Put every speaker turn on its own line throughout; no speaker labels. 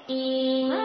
今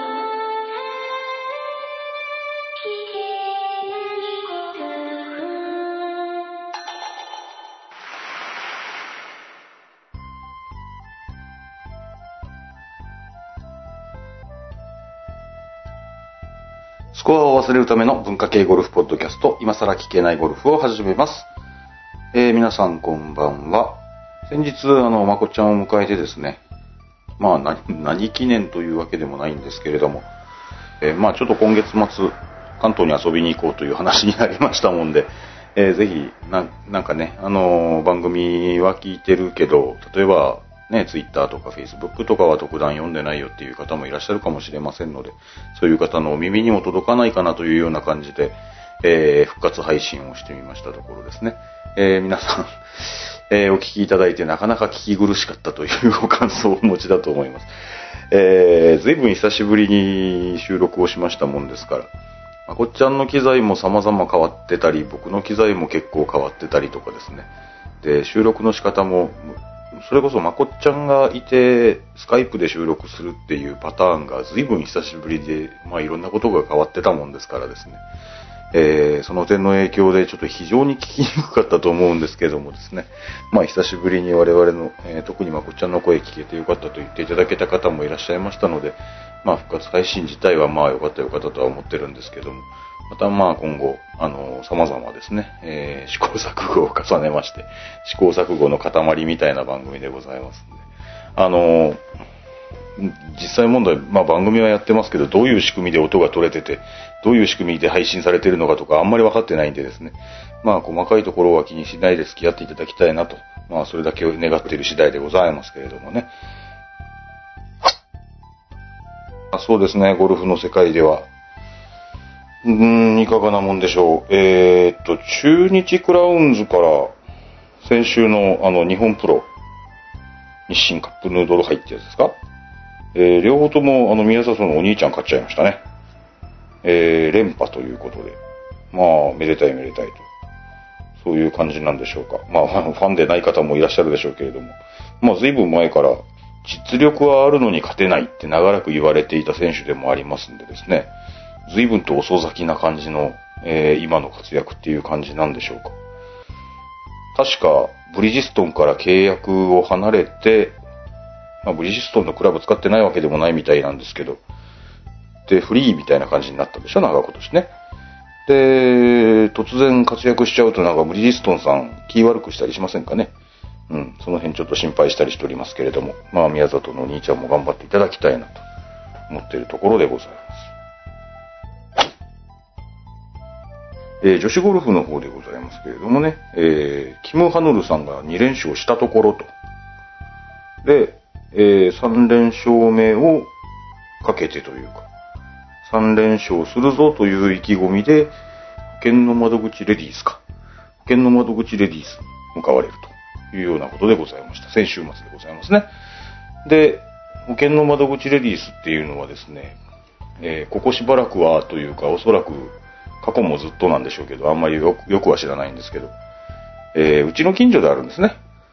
スコアを忘れるための文化系ゴルフポッドキャスト、今更聞けないゴルフを始めます。皆さんこんばんは。先日、まこちゃんを迎えてですね、何記念というわけでもないんですけれども、ちょっと今月末、関東に遊びに行こうという話になりましたもんで、ぜひ、なんかね、番組は聞いてるけど、例えば、ね、Twitter とか Facebook とかは特段読んでないよっていう方もいらっしゃるかもしれませんので、そういう方のお耳にも届かないかなというような感じで、復活配信をしてみましたところですね。皆さん、お聞きいただいてなかなか聞き苦しかったというご感想をお持ちだと思います。随分久しぶりに収録をしましたもんですから、まこっちゃんの機材も様々変わってたり、僕の機材も結構変わってたりとかですね。で、収録の仕方も、それこそまこっちゃんがいて、スカイプで収録するっていうパターンが随分久しぶりで、いろんなことが変わってたもんですからですね。その点の影響でちょっと非常に聞きにくかったと思うんですけどもですね。久しぶりに我々の、特にまこっちゃんの声聞けてよかったと言っていただけた方もいらっしゃいましたので、復活配信自体はよかったとは思ってるんですけども、また今後、様々ですね、試行錯誤を重ねまして、試行錯誤の塊みたいな番組でございますんで、実際問題、番組はやってますけど、どういう仕組みで音が取れてて、どういう仕組みで配信されているのかとかあんまり分かってないんでですね、細かいところは気にしないで付き合っていただきたいなと、それだけを願っている次第でございますけれどもね。そうですね、ゴルフの世界では、いかがなもんでしょう。中日クラウンズから先週の日本プロ日清カップヌードル杯ってやつですか。両方とも宮里のお兄ちゃん買っちゃいましたね。連覇ということで、めでたいと、そういう感じなんでしょうか。ファンでない方もいらっしゃるでしょうけれども、随分前から実力はあるのに勝てないって長らく言われていた選手でもありますんでですね。随分と遅咲きな感じの、今の活躍っていう感じなんでしょうか。確かブリヂストンから契約を離れて、ブリヂストンのクラブ使ってないわけでもないみたいなんですけど、でフリーみたいな感じになったんでしょ、長いことですね。で突然活躍しちゃうとブリヂストンさん気悪くしたりしませんかね。その辺ちょっと心配したりしておりますけれども、宮里のお兄ちゃんも頑張っていただきたいなと思っているところでございます。女子ゴルフの方でございますけれどもね、キム・ハヌルさんが2連勝したところと。で、3連勝目をかけてというか、3連勝するぞという意気込みで、保険の窓口レディース向かわれるというようなことでございました。先週末でございますね。で、保険の窓口レディースっていうのはですね、ここしばらくはというか、おそらく過去もずっとなんでしょうけど、あんまりよくは知らないんですけど、うちの近所であるんですね。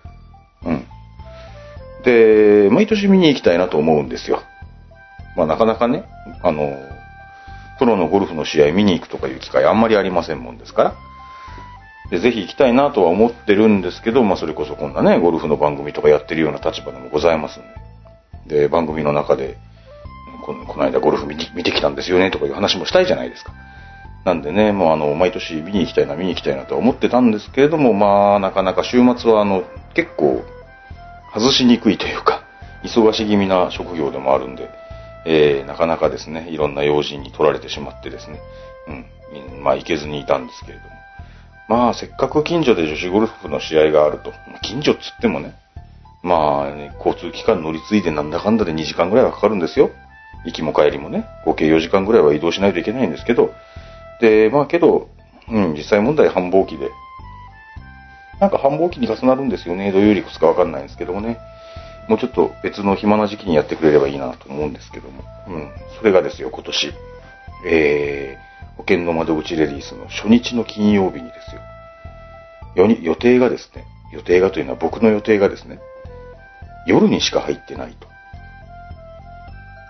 で、毎年見に行きたいなと思うんですよ。なかなかね、プロのゴルフの試合見に行くとかいう機会あんまりありませんもんですから。で、ぜひ行きたいなとは思ってるんですけど、それこそこんなね、ゴルフの番組とかやってるような立場でもございますんで。で、番組の中で、この間ゴルフ見てきたんですよねとかいう話もしたいじゃないですか。なんでね、毎年見に行きたいなとは思ってたんですけれども、なかなか週末は結構外しにくいというか、忙し気味な職業でもあるんで、なかなかですね、いろんな用心に取られてしまってですね、行けずにいたんですけれども。せっかく近所で女子ゴルフの試合があると、近所っつってもね、交通機関乗り継いでなんだかんだで2時間ぐらいはかかるんですよ。行きも帰りもね、合計4時間ぐらいは移動しないといけないんですけど、で、けど、実際問題繁忙期で、繁忙期に重なるんですよね。土曜日2日わかんないんですけどもね。もうちょっと別の暇な時期にやってくれればいいなと思うんですけども。それがですよ、今年。保険の窓口レディースの初日の金曜日にですよ。予定がというのは僕の予定がですね、夜にしか入ってないと。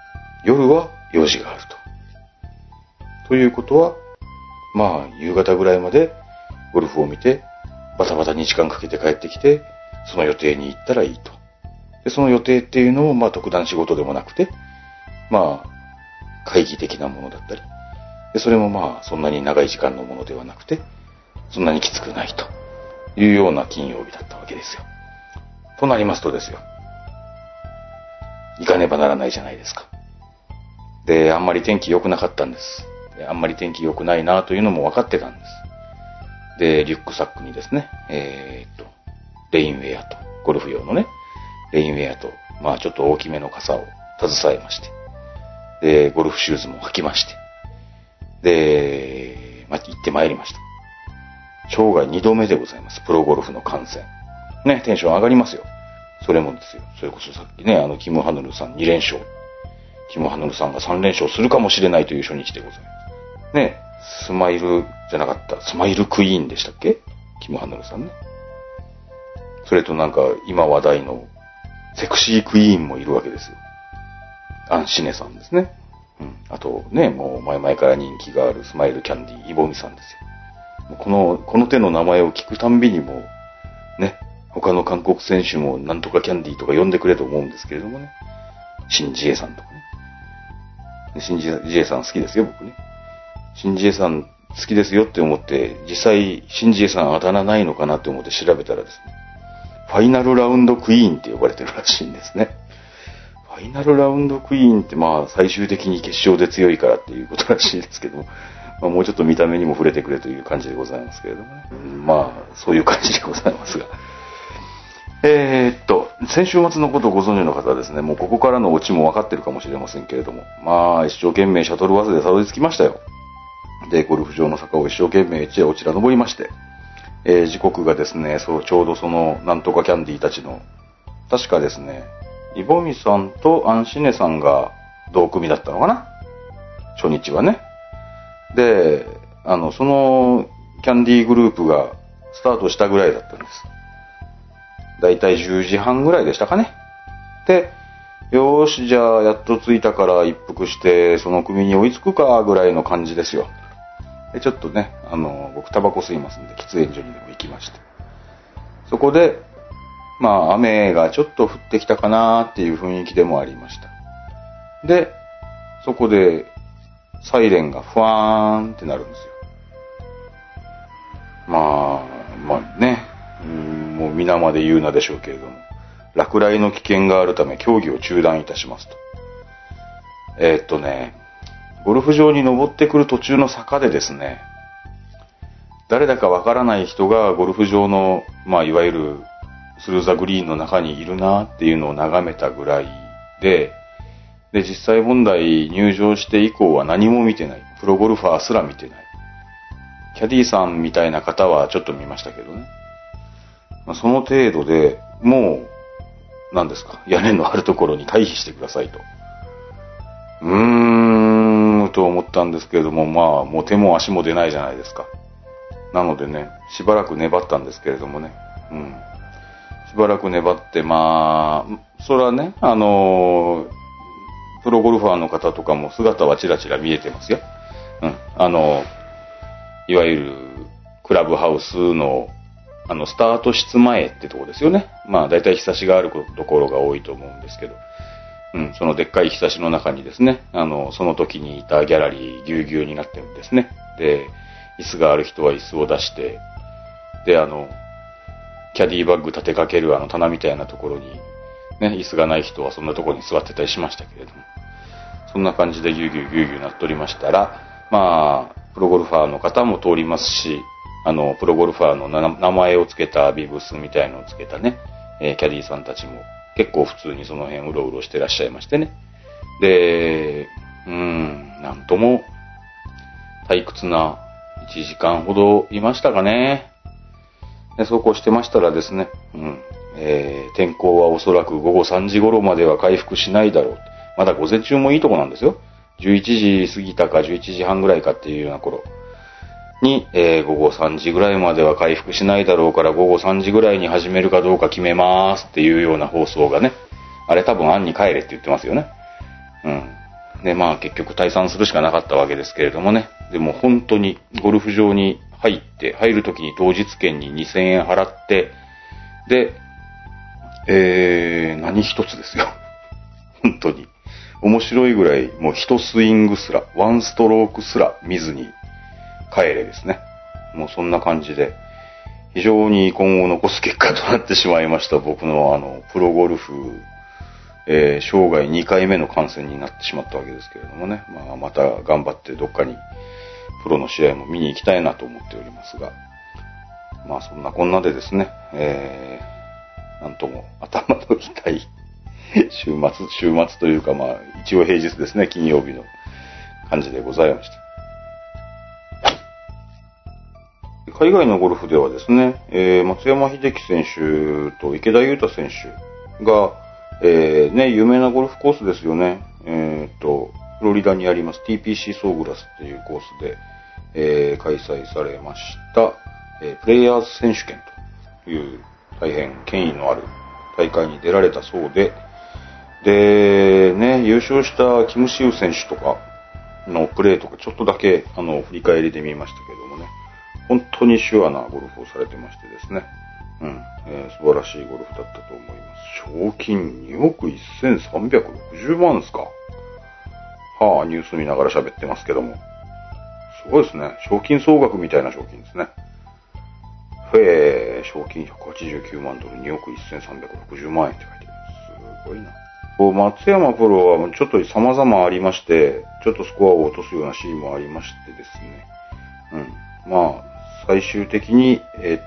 夜は用事があると。ということは、まあ、夕方ぐらいまでゴルフを見て、バタバタ2時間かけて帰ってきて、その予定に行ったらいいと。で、その予定っていうのも、まあ、特段仕事でもなくて、まあ、会議的なものだったり。で、それもまあ、そんなに長い時間のものではなくて、そんなにきつくないというような金曜日だったわけですよ。となりますとですよ。行かねばならないじゃないですか。で、あんまり天気良くなかったんです。あんまり天気良くないなというのも分かってたんです。で、リュックサックにですね、レインウェアと、ゴルフ用のね、レインウェアと、まあちょっと大きめの傘を携えまして、で、ゴルフシューズも履きまして、で、まあ、行ってまいりました。生涯2度目でございます。プロゴルフの観戦。ね、テンション上がりますよ。それもですよ。それこそさっきね、キム・ハヌルさん2連勝。キム・ハヌルさんが3連勝するかもしれないという初日でございます。ね、スマイルじゃなかった、スマイルクイーンでしたっけ？キム・ハヌルさんね。それとなんか今話題のセクシークイーンもいるわけですよ。アンシネさんですね。うん。あとね、もう前々から人気があるスマイルキャンディーイボミさんですよ。この手の名前を聞くたんびにもね、他の韓国選手もなんとかキャンディーとか呼んでくれと思うんですけれどもね。シンジエさんとかね。シンジエさん好きですよ、僕ね。シンジエさん好きですよって思って、実際シンジエさんあだ名ないのかなって思って調べたらですね、ファイナルラウンドクイーンって呼ばれてるらしいんですね。ファイナルラウンドクイーンってまあ最終的に決勝で強いからっていうことらしいですけども、まあ、もうちょっと見た目にも触れてくれという感じでございますけれどもね。まあそういう感じでございますが。先週末のことをご存知の方はですね、もうここからのオチも分かってるかもしれませんけれども、まあ一生懸命シャトルバスでたどり着きましたよ。で、ゴルフ場の坂を一生懸命一夜落ちら登りまして、時刻がですね、ちょうどそのなんとかキャンディーたちの、確かですね、イボミさんとアンシネさんが同組だったのかな、初日はね。で、そのキャンディーグループがスタートしたぐらいだったんです。だいたい10時半ぐらいでしたかね。で、よーし、じゃあやっと着いたから一服して、その組に追いつくかぐらいの感じですよ。で、ちょっとね、僕タバコ吸いますんで、喫煙所にでも行きまして。そこで、まあ、雨がちょっと降ってきたかなーっていう雰囲気でもありました。で、そこで、サイレンがふわーんってなるんですよ。まあね、もう皆まで言うなでしょうけれども、落雷の危険があるため競技を中断いたしますと。ゴルフ場に登ってくる途中の坂でですね、誰だかわからない人がゴルフ場の、まあいわゆるスルーザグリーンの中にいるなっていうのを眺めたぐらいで、実際問題入場して以降は何も見てない。プロゴルファーすら見てない。キャディーさんみたいな方はちょっと見ましたけどね。まあ、その程度でもう、何ですか、屋根のあるところに退避してくださいと。と思ったんですけれども、まあ、もう手も足も出ないじゃないですか。なのでね、しばらく粘ったんですけれどもね。しばらく粘って、まあ、それはね、プロゴルファーの方とかも姿はちらちら見えてますよ。いわゆるクラブハウスのスタート室前ってとこですよね。まあ、だいたい日差しがあるところが多いと思うんですけど、そのでっかい日差しの中にですね、その時にいたギャラリーぎゅうぎゅうになってるんですね。で、椅子がある人は椅子を出して、で、キャディーバッグ立てかける棚みたいなところに、ね、椅子がない人はそんなところに座ってたりしましたけれども、そんな感じでぎゅうぎゅうぎゅうぎゅうなっておりましたら、まあ、プロゴルファーの方も通りますし、プロゴルファーの名前を付けたビブスみたいのを付けたね、キャディーさんたちも結構普通にその辺うろうろしてらっしゃいましてね。で、なんとも退屈な1時間ほどいましたかね。で、そうこうしてましたらですね、天候はおそらく午後3時頃までは回復しないだろう。まだ午前中もいいとこなんですよ。11時過ぎたか11時半ぐらいかっていうような頃に、午後3時ぐらいまでは回復しないだろうから午後3時ぐらいに始めるかどうか決めますっていうような放送がね、あれ多分案に帰れって言ってますよね。 で、まあ結局退散するしかなかったわけですけれどもね。でも本当にゴルフ場に入る時に当日券に2000円払って、で、何一つですよ。本当に。面白いぐらい、もう一スイングすら、ワンストロークすら見ずに帰れですね。もうそんな感じで、非常に遺恨を残す結果となってしまいました。僕のプロゴルフ、生涯2回目の観戦になってしまったわけですけれどもね。まあ、また頑張ってどっかにプロの試合も見に行きたいなと思っておりますが、まあそんなこんなでですね、なんとも頭の痛い週末というか、まあ一応平日ですね、金曜日の感じでございました。海外のゴルフではですね、松山英樹選手と池田勇太選手が、有名なゴルフコースですよね。フロリダにあります TPC ソーグラスっていうコースで、開催されました、プレイヤーズ選手権という大変権威のある大会に出られたそうで、で、ね、優勝したキム・シウ選手とかのプレーとかちょっとだけ振り返りで見ましたけどもね、本当にシュアなゴルフをされてましてですね、素晴らしいゴルフだったと思います。賞金2億1360万ですか。はあ、ニュース見ながら喋ってますけども。すごいですね。賞金総額みたいな賞金ですね。賞金189万ドル2億1360万円って書いてある。すごいな。松山プロはちょっと様々ありまして、ちょっとスコアを落とすようなシーンもありましてですね。まあ、最終的に、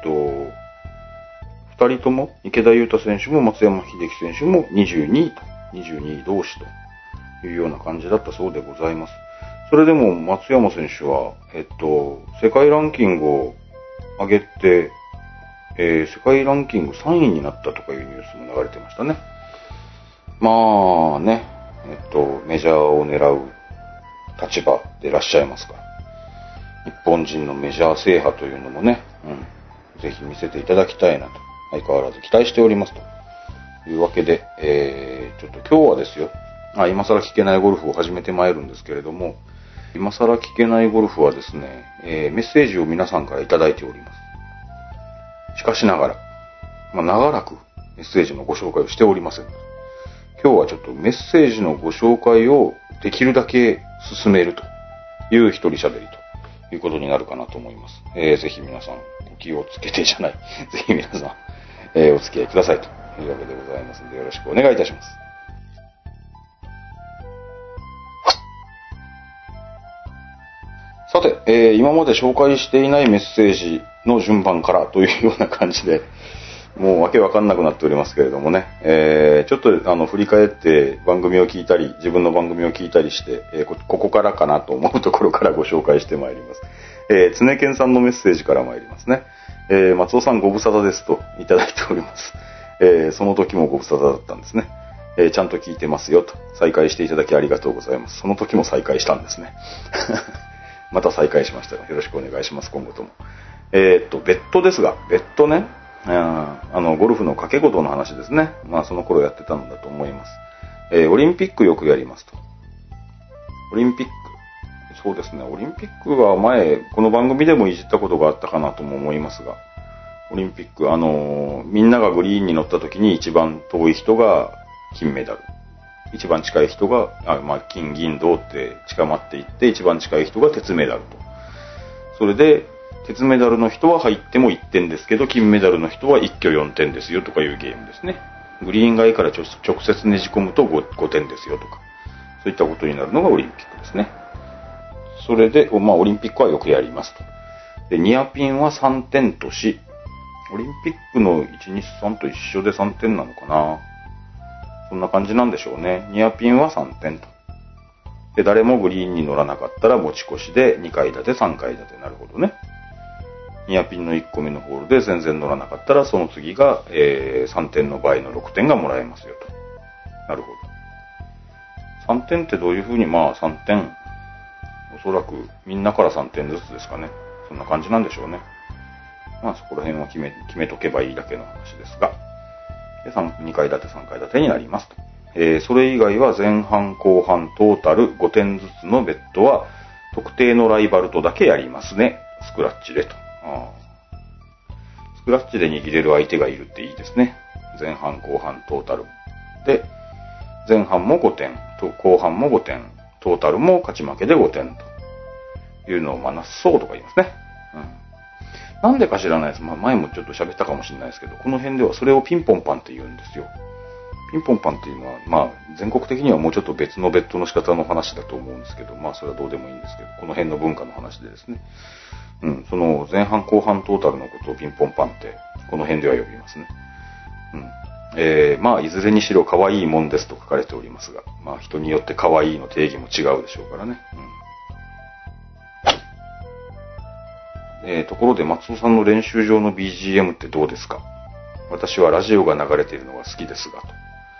二人とも、池田勇太選手も松山英樹選手も22位同士というような感じだったそうでございます。それでも松山選手は、世界ランキングを上げて、世界ランキング3位になったとかいうニュースも流れてましたね。まあね、メジャーを狙う立場でいらっしゃいますから。日本人のメジャー制覇というのもね、ぜひ見せていただきたいなと、相変わらず期待しておりますというわけで、ちょっと今日はですよ、今更聞けないゴルフを始めてまいるんですけれども、今更聞けないゴルフはですね、メッセージを皆さんからいただいております。しかしながら、長らくメッセージのご紹介をしておりません。今日はちょっとメッセージのご紹介をできるだけ進めるという一人喋りということになるかなと思います。ぜひ皆さん、お気をつけてじゃない。ぜひ皆さん、お付き合いくださいというわけでございますので、よろしくお願いいたします。さて、今まで紹介していないメッセージの順番からというような感じで、もうわけわかんなくなっておりますけれどもね、ちょっと振り返って番組を聞いたり、自分の番組を聞いたりして、ここからかなと思うところからご紹介してまいります。常健さんのメッセージから参りますね。松尾さんご無沙汰ですといただいております。その時もご無沙汰だったんですね。ちゃんと聞いてますよと、再開していただきありがとうございます。その時も再開したんですね。また再開しましたよ。よろしくお願いします、今後とも。別途ですが、別途ね、ゴルフの掛け事の話ですね。その頃やってたんだと思います。オリンピックよくやりますと。オリンピック。そうですね。オリンピックは前、この番組でもいじったことがあったかなとも思いますが、オリンピック、みんながグリーンに乗った時に一番遠い人が金メダル。一番近い人が、金、銀、銅って近まっていって、一番近い人が鉄メダルと。それで、鉄メダルの人は入っても1点ですけど、金メダルの人は一挙4点ですよとかいうゲームですね。グリーン外から直接ねじ込むと 5点ですよとか、そういったことになるのがオリンピックですね。それで、オリンピックはよくやりますと。で、ニアピンは3点とし、オリンピックの1、2、3と一緒で3点なのかな。そんな感じなんでしょうね。ニアピンは3点と。で、誰もグリーンに乗らなかったら持ち越しで2階建て、3階建て。なるほどね。ニアピンの1個目のホールで全然乗らなかったら、その次が、3点の倍の6点がもらえますよと。なるほど。3点ってどういう風に、3点。おそらくみんなから3点ずつですかね。そんな感じなんでしょうね。そこら辺は決めとけばいいだけの話ですが。で、2階建て、3階建てになりますとそれ以外は前半後半トータル5点ずつのベッドは特定のライバルとだけやりますね。スクラッチでと。スクラッチで握れる相手がいるっていいですね。前半後半トータル。で、前半も5点、後半も5点、トータルも勝ち負けで5点というのをナッソーとか言いますね。なんでか知らないです。前もちょっと喋ったかもしれないですけど、この辺ではそれをピンポンパンって言うんですよ。ピンポンパンっていうのは、全国的にはもうちょっと別のベッドの仕方の話だと思うんですけど、それはどうでもいいんですけど、この辺の文化の話でですね。その前半後半トータルのことをピンポンパンって、この辺では呼びますね。いずれにしろ可愛いもんですと書かれておりますが、人によって可愛いの定義も違うでしょうからね。ところで松尾さんの練習場の BGM ってどうですか？私はラジオが流れているのが好きですがと。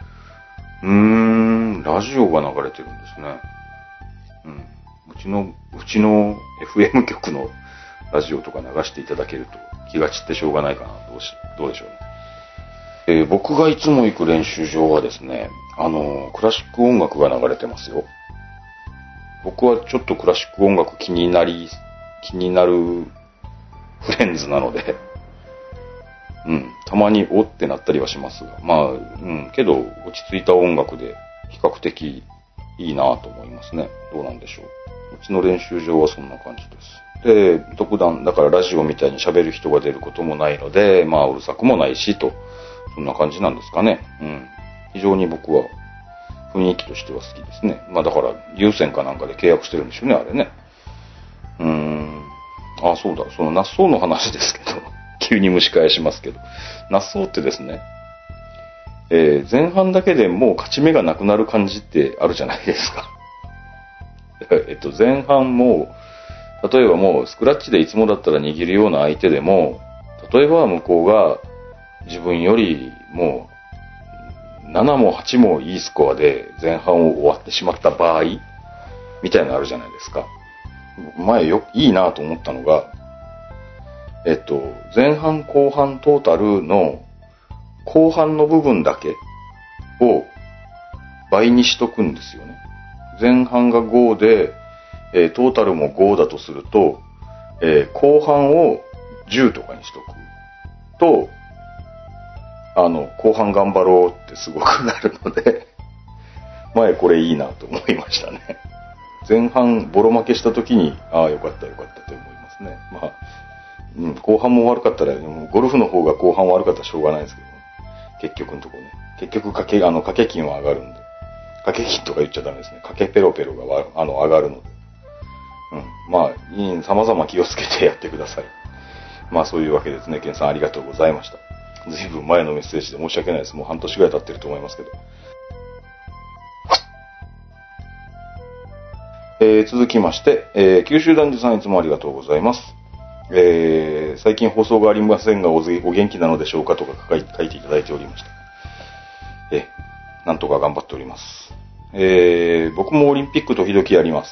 ラジオが流れてるんですね。うちの FM 局のラジオとか流していただけると気が散ってしょうがないかな。どうでしょうね。僕がいつも行く練習場はですね、クラシック音楽が流れてますよ。僕はちょっとクラシック音楽気になるフレンズなので、たまにおってなったりはしますが、けど落ち着いた音楽で比較的いいなと思いますね。どうなんでしょう。うちの練習場はそんな感じです。で、特段、だからラジオみたいに喋る人が出ることもないので、うるさくもないしと、そんな感じなんですかね。非常に僕は雰囲気としては好きですね。だから有線かなんかで契約してるんでしょうね、あれね。そうだ、そのナッソーの話ですけど、急に蒸し返しますけど、ナッソーってですね、前半だけでもう勝ち目がなくなる感じってあるじゃないですか。前半も、例えばもうスクラッチでいつもだったら握るような相手でも、例えば向こうが自分よりもう7も8もいいスコアで前半を終わってしまった場合、みたいなのあるじゃないですか。前いいなと思ったのが、前半後半トータルの後半の部分だけを倍にしとくんですよね。前半が5で、トータルも5だとすると、後半を10とかにしとくと、後半頑張ろうってすごくなるので、前これいいなと思いましたね。前半ボロ負けした時に、よかったって思いますね。後半も悪かったら、ゴルフの方が後半悪かったらしょうがないですけど、結局のところね。結局掛け金は上がるんで。掛け金とか言っちゃダメですね。掛けペロペロが上がるので。様々気をつけてやってください。そういうわけですね。ケンさんありがとうございました。ずいぶん前のメッセージで申し訳ないです。もう半年ぐらい経ってると思いますけど。続きまして、九州男児さんいつもありがとうございます。最近放送がありませんがお元気なのでしょうかとか書いていただいておりました。なんとか頑張っております。僕もオリンピック時々やります。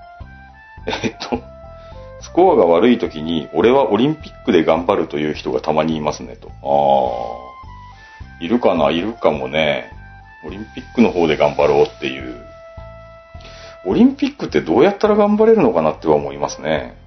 スコアが悪い時に俺はオリンピックで頑張るという人がたまにいますねと。いるかもね。オリンピックの方で頑張ろうっていう。オリンピックってどうやったら頑張れるのかなっては思いますね。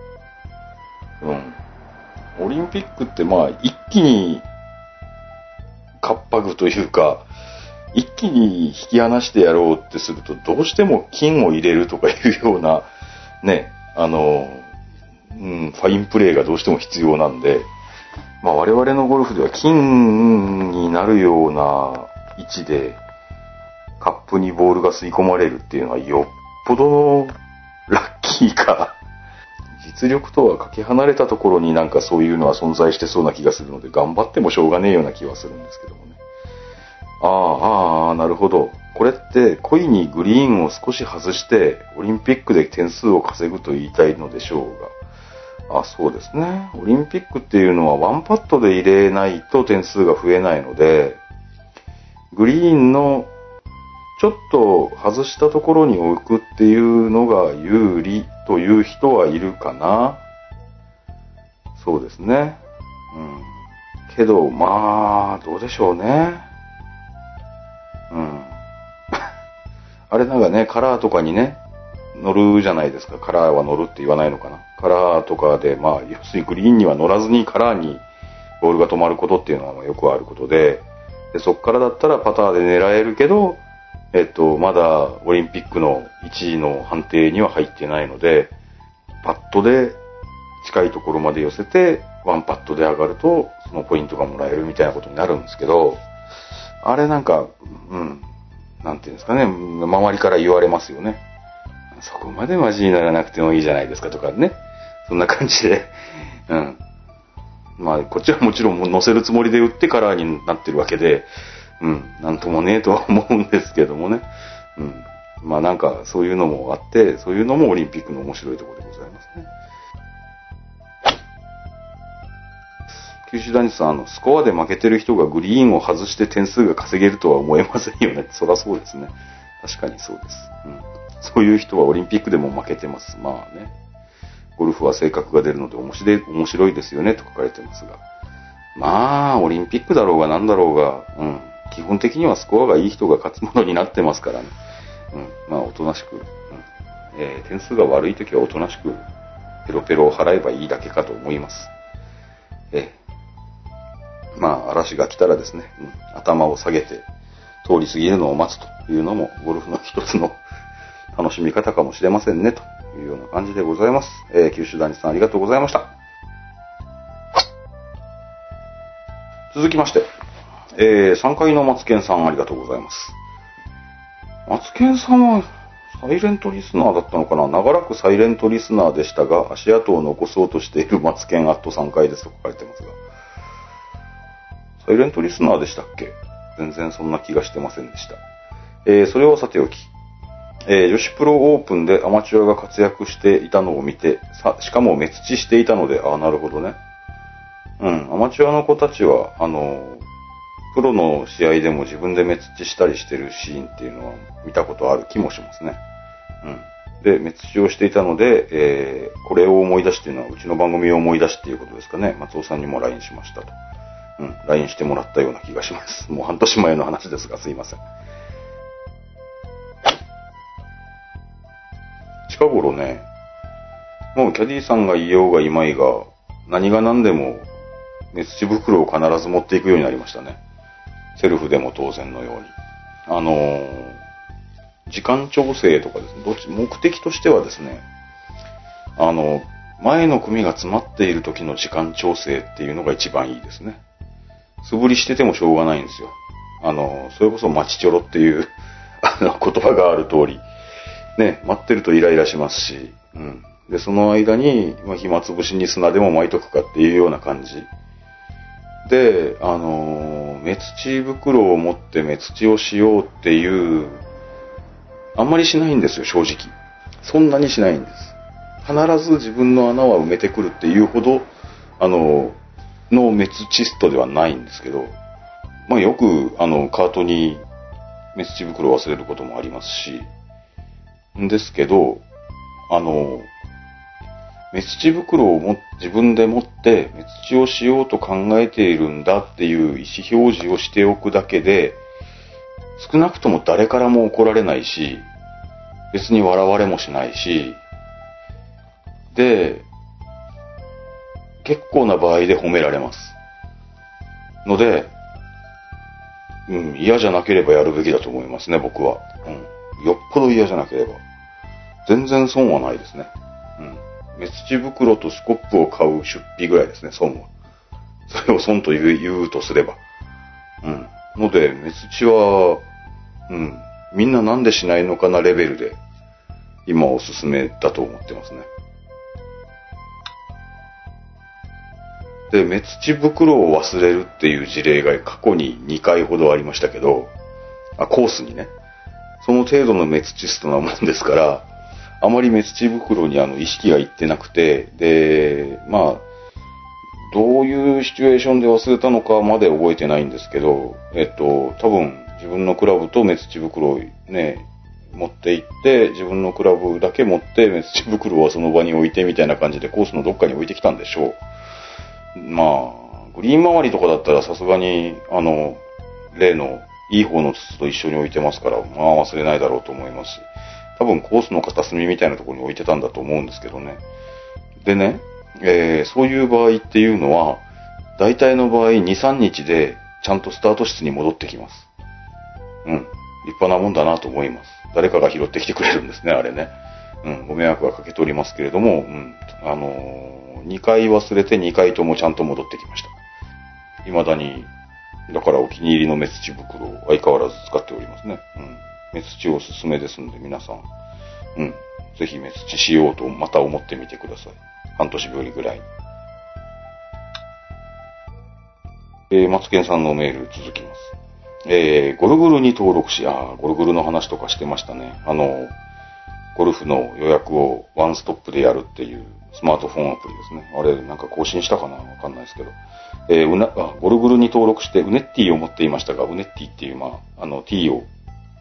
オリンピックって一気にカッパグというか、一気に引き離してやろうってすると、どうしても金を入れるとかいうような、ね、ファインプレーがどうしても必要なんで、我々のゴルフでは金になるような位置でカップにボールが吸い込まれるっていうのはよっぽどのラッキーか、実力とはかけ離れたところになんかそういうのは存在してそうな気がするので、頑張ってもしょうがねえような気はするんですけどもね。なるほど。これって故意にグリーンを少し外してオリンピックで点数を稼ぐと言いたいのでしょうが。そうですね。オリンピックっていうのはワンパットで入れないと点数が増えないので、グリーンのちょっと外したところに置くっていうのが有利という人はいるかな。そうですね。けど、どうでしょうね。 あれなんかね、カラーとかにね、乗るじゃないですか。カラーは乗るって言わないのかな。カラーとかで、まあ、要するにグリーンには乗らずにカラーにボールが止まることっていうのはよくあることで、そっからだったらパターで狙えるけど、まだオリンピックの1位の判定には入ってないので、パットで近いところまで寄せて、ワンパットで上がると、そのポイントがもらえるみたいなことになるんですけど、あれなんか、なんていうんですかね、周りから言われますよね。そこまでマジにならなくてもいいじゃないですかとかね。そんな感じで、まあ、こっちはもちろん乗せるつもりで打ってカラーになってるわけで、なんともねえとは思うんですけどもね。まあなんかそういうのもあって、そういうのもオリンピックの面白いところでございますね。九州男児さん、スコアで負けてる人がグリーンを外して点数が稼げるとは思えませんよね。そりゃそうですね。確かにそうです。そういう人はオリンピックでも負けてます。まあね。ゴルフは性格が出るので面白いですよねと書かれてますが。まあ、オリンピックだろうが何だろうが、基本的にはスコアがいい人が勝つものになってますからね。まあ、おとなしく、点数が悪いときはおとなしく、ペロペロを払えばいいだけかと思います。まあ、嵐が来たらですね、頭を下げて通り過ぎるのを待つというのも、ゴルフの一つの楽しみ方かもしれませんね、というような感じでございます。九州男児さんありがとうございました。続きまして、3階の松健さんありがとうございます。松健さんはサイレントリスナーだったのかな。長らくサイレントリスナーでしたが、足跡を残そうとしている松健3階ですと書かれてますが、サイレントリスナーでしたっけ？全然そんな気がしてませんでした。それはさておき、女子プロオープンでアマチュアが活躍していたのを見て、しかも滅地していたので、なるほどね。アマチュアの子たちは、プロの試合でも自分で滅地したりしてるシーンっていうのは見たことある気もしますね。で、滅地をしていたので、これを思い出しっていうのは、うちの番組を思い出しっていうことですかね。松尾さんにも LINE しましたと。LINE してもらったような気がします。もう半年前の話ですが、すいません。近頃ね、もうキャディーさんがいようがいまいが、何が何でも、滅地袋を必ず持っていくようになりましたね。セルフでも当然のように。時間調整とかですね、目的としてはですね、前の組が詰まっている時の時間調整っていうのが一番いいですね。素振りしててもしょうがないんですよ。それこそ待ちちょろっていう言葉がある通り、ね、待ってるとイライラしますし、で、その間に、暇つぶしに砂でも巻いとくかっていうような感じ。で、滅地袋を持って滅地をしようっていう、あんまりしないんですよ、正直。そんなにしないんです。必ず自分の穴は埋めてくるっていうほど、の滅地ストではないんですけど、よく、カートに滅地袋を忘れることもありますし、ですけど、滅地袋を自分で持って滅地をしようと考えているんだっていう意思表示をしておくだけで、少なくとも誰からも怒られないし、別に笑われもしないし、で、結構な場合で褒められます。ので、嫌じゃなければやるべきだと思いますね、僕は。よっぽど嫌じゃなければ。全然損はないですね。滅地袋とスコップを買う出費ぐらいですね、損は。それを損と言うとすれば。ので、滅地は、みんななんでしないのかなレベルで、今おすすめだと思ってますね。で、滅地袋を忘れるっていう事例が過去に2回ほどありましたけど、コースにね、その程度の滅地ストなもんですから、あまり滅地袋に意識がいってなくて、で、どういうシチュエーションで忘れたのかまで覚えてないんですけど、多分自分のクラブと滅地袋をね、持って行って、自分のクラブだけ持って滅地袋はその場に置いてみたいな感じでコースのどっかに置いてきたんでしょう。グリーン周りとかだったらさすがに、例のいい方の筒と一緒に置いてますから、まあ忘れないだろうと思いますし、多分コースの片隅みたいなところに置いてたんだと思うんですけどね。でね、そういう場合っていうのは、大体の場合2、3日でちゃんとスタート室に戻ってきます。うん。立派なもんだなと思います。誰かが拾ってきてくれるんですね、あれね。うん。ご迷惑はかけておりますけれども、うん。2回忘れて2回ともちゃんと戻ってきました。未だに、だからお気に入りのメスチ袋を相変わらず使っておりますね。うん。メスチおすすめですので皆さん、うん。ぜひメスチしようとまた思ってみてください。半年ぶりぐらいに。マツケンさんのメール続きます。ゴルグルに登録し、ゴルグルの話とかしてましたね。ゴルフの予約をワンストップでやるっていうスマートフォンアプリですね。あれ、なんか更新したかなわかんないですけど。ゴルグルに登録して、ウネッティを持っていましたが、ウネッティっていう、T を、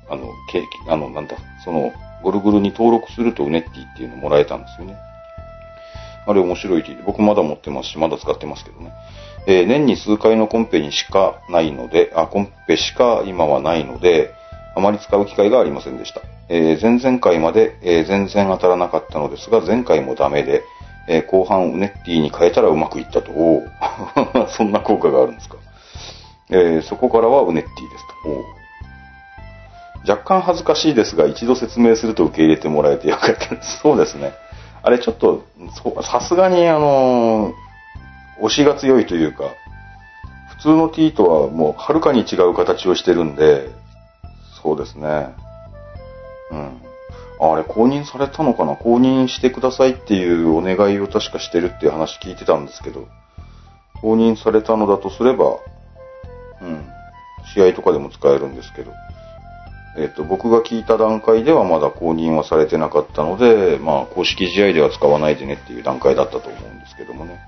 ゴルグルに登録するとウネッティっていうのをもらえたんですよね。あれ面白い T で、僕まだ持ってますし、まだ使ってますけどね。年に数回のコンペにしかないので、コンペしか今はないので、あまり使う機会がありませんでした。前々回まで、全然当たらなかったのですが、前回もダメで、後半ウネッティに変えたらうまくいったと。そんな効果があるんですか。そこからはウネッティですと。若干恥ずかしいですが、一度説明すると受け入れてもらえてよかったです。そうですね。あれちょっと、さすがに押しが強いというか、普通の T とはもうはるかに違う形をしてるんで、そうですね。うん。あれ公認されたのかな、公認してくださいっていうお願いを確かしてるっていう話聞いてたんですけど、公認されたのだとすれば、試合とかでも使えるんですけど、僕が聞いた段階ではまだ公認はされてなかったので、公式試合では使わないでねっていう段階だったと思うんですけどもね。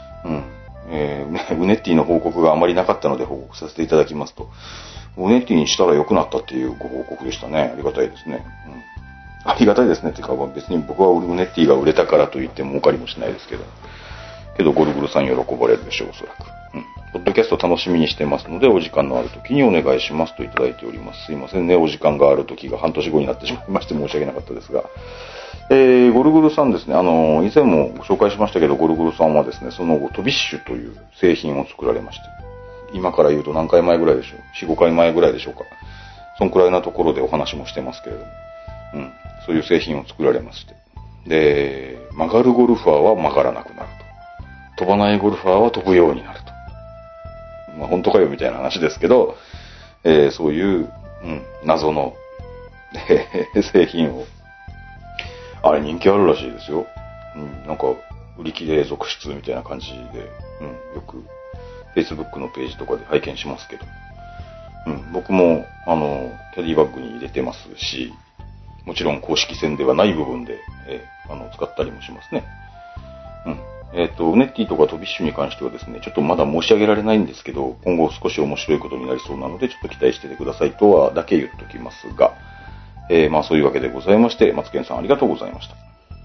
ウネッティの報告があまりなかったので報告させていただきますと、ウネッティにしたら良くなったっていうご報告でしたね。ありがたいですね。ありがたいですねっていうか、別に僕はウネッティが売れたからといって儲かりもしないですけど、ゴルグルさん喜ばれるでしょう、おそらく。ポッドキャスト楽しみにしてますので、お時間のある時にお願いしますといただいております。すいませんね、お時間がある時が半年後になってしまいまして申し訳なかったですが、ゴルグルさんですね、以前もご紹介しましたけど、ゴルグルさんはですね、その後トビッシュという製品を作られまして、今から言うと何回前ぐらいでしょう、4、5回前ぐらいでしょうか。そんくらいなところでお話もしてますけれども、そういう製品を作られまして。で、曲がるゴルファーは曲がらなくなると。飛ばないゴルファーは飛ぶようになると。本当かよみたいな話ですけど、そういう、謎の、製品を、あれ人気あるらしいですよ。なんか、売り切れ続出みたいな感じで、よく、Facebook のページとかで拝見しますけど、僕も、キャディバッグに入れてますし、もちろん公式戦ではない部分で、使ったりもしますね。ウネッティとかトビッシュに関してはですね、ちょっとまだ申し上げられないんですけど、今後少し面白いことになりそうなので、ちょっと期待しててくださいとはだけ言っときますが、そういうわけでございまして、マツケンさんありがとうございました。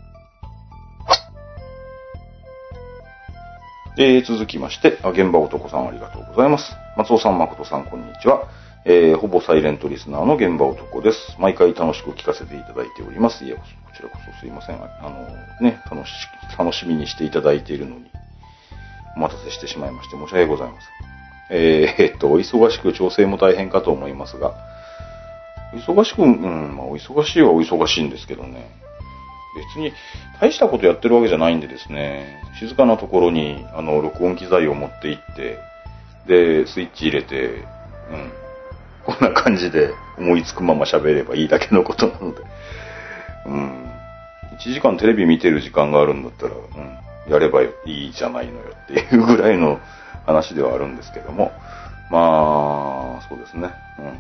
続きまして、現場男さんありがとうございます。松尾さん、誠さん、こんにちは。ほぼサイレントリスナーの現場男です。毎回楽しく聞かせていただいております。いや、こちらこそすいません。楽しみにしていただいているのに、お待たせしてしまいまして申し訳ございません。お忙しく調整も大変かと思いますが、お忙しく、お忙しいはお忙しいんですけどね、別に大したことやってるわけじゃないんでですね、静かなところに、録音機材を持って行って、で、スイッチ入れて、こんな感じで思いつくまま喋ればいいだけのことなので、1時間テレビ見てる時間があるんだったら、やればいいじゃないのよっていうぐらいの話ではあるんですけども、そうですね。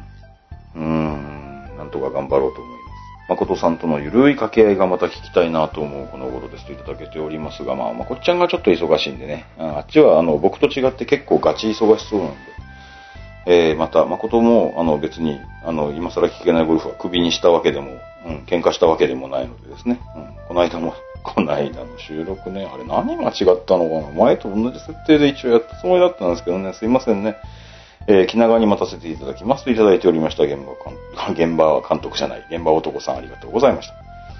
なんとか頑張ろうと思います。誠さんとのゆるい掛け合いがまた聞きたいなと思うこの頃ですといただけておりますが、まこっちゃんがちょっと忙しいんでね、あっちは僕と違って結構ガチ忙しそうなんで、また誠も別に今更聞けないゴルフはクビにしたわけでも、喧嘩したわけでもないのでですね、この間の収録ね、あれ何間違ったのかな、前と同じ設定で一応やったつもりだったんですけどね、すいませんね。 気長に待たせていただきますといただいておりました現場監督じゃない、現場男さんありがとうございました。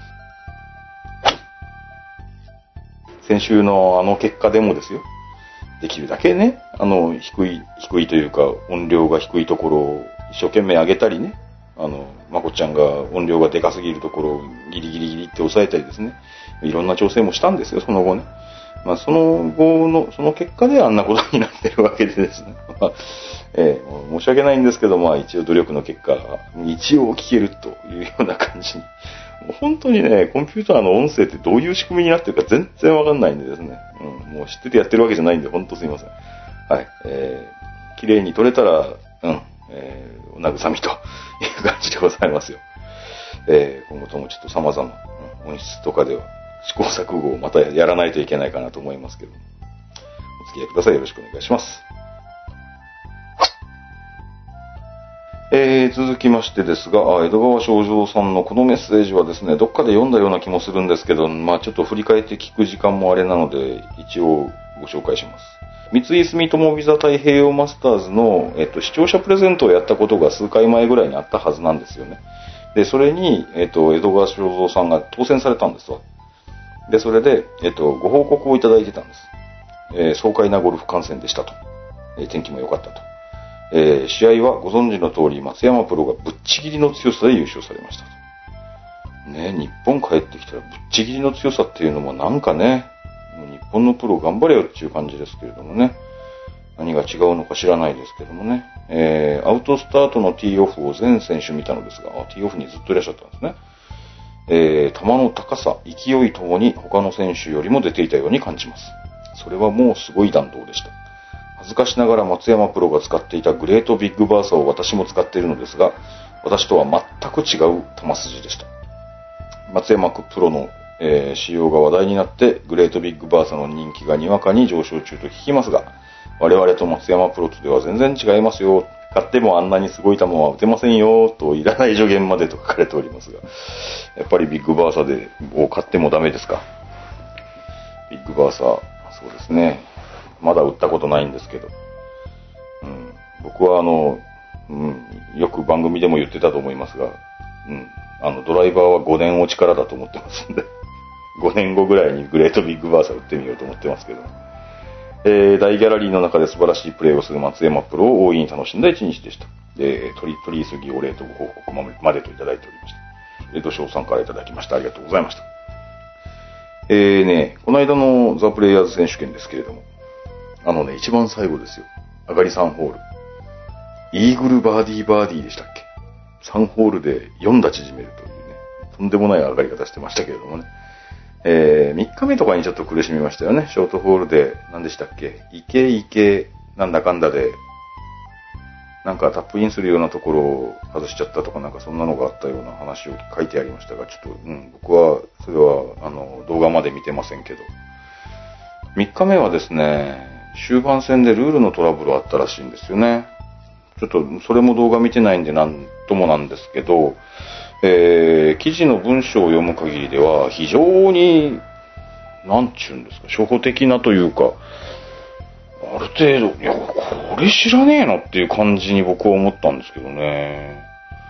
先週のあの結果でもですよ、できるだけね、低いというか、音量が低いところを一生懸命上げたりね、まこちゃんが音量がでかすぎるところをギリギリって抑えたりですね、いろんな調整もしたんですよ、その後ね。その結果であんなことになってるわけでですね。申し訳ないんですけど、一応努力の結果、一応聞けるというような感じに。本当にね、コンピューターの音声ってどういう仕組みになってるか全然わかんないんでですね。もう知っててやってるわけじゃないんで、本当すいません。はい。綺麗に撮れたら、お慰みという感じでございますよ。今後ともちょっと様々な音質とかでは試行錯誤をまたやらないといけないかなと思いますけど、お付き合いください。よろしくお願いします。続きましてですが、江戸川正蔵さんのこのメッセージはですね、どっかで読んだような気もするんですけど、ちょっと振り返って聞く時間もあれなので、一応ご紹介します。三井住友ビザ太平洋マスターズの、視聴者プレゼントをやったことが数回前ぐらいにあったはずなんですよね。で、それに、江戸川正蔵さんが当選されたんですわ。で、それで、ご報告をいただいてたんです。爽快なゴルフ観戦でしたと。天気も良かったと。試合はご存知の通り、松山プロがぶっちぎりの強さで優勝されましたと。ね、日本帰ってきたらぶっちぎりの強さっていうのもなんかね、もう日本のプロ頑張れよっていう感じですけれどもね。何が違うのか知らないですけどもね。アウトスタートのティーオフを全選手見たのですが、ティーオフにずっといらっしゃったんですね。球の高さ、勢いともに他の選手よりも出ていたように感じます。それはもうすごい弾道でした。恥ずかしながら松山プロが使っていたグレートビッグバーサーを私も使っているのですが、私とは全く違う球筋でした。松山プロの、使用が話題になって、グレートビッグバーサーの人気がにわかに上昇中と聞きますが、我々と松山プロとでは全然違いますよ。買ってもあんなにすごい球は打てませんよ、といらない助言までと書かれておりますが、やっぱりビッグバーサーを買ってもダメですか。ビッグバーサー、そうですね。まだ売ったことないんですけど、僕はよく番組でも言ってたと思いますが、ドライバーは5年落ちからだと思ってますんで、5年後ぐらいにグレートビッグバーサー売ってみようと思ってますけど、大ギャラリーの中で素晴らしいプレーをする松山プロを大いに楽しんだ一日でした。取り急ぎお礼とご報告までといただいておりました。江戸翔さんからいただきました。ありがとうございました。この間のザ・プレイヤーズ選手権ですけれども、一番最後ですよ。上がり3ホール。イーグルバーディーでしたっけ？ 3 ホールで4打縮めるというね、とんでもない上がり方してましたけれどもね。3日目とかにちょっと苦しみましたよね。ショートホールで、何でしたっけ？池、なんだかんだで、なんかタップインするようなところを外しちゃったとか、なんかそんなのがあったような話を書いてありましたが、ちょっと、僕は、それは、動画まで見てませんけど。3日目はですね、終盤戦でルールのトラブルあったらしいんですよね。ちょっとそれも動画見てないんでなんともなんですけど、記事の文章を読む限りでは非常になんちゅうんですか、初歩的なというか、ある程度、いやこれ知らねえのっていう感じに僕は思ったんですけどね。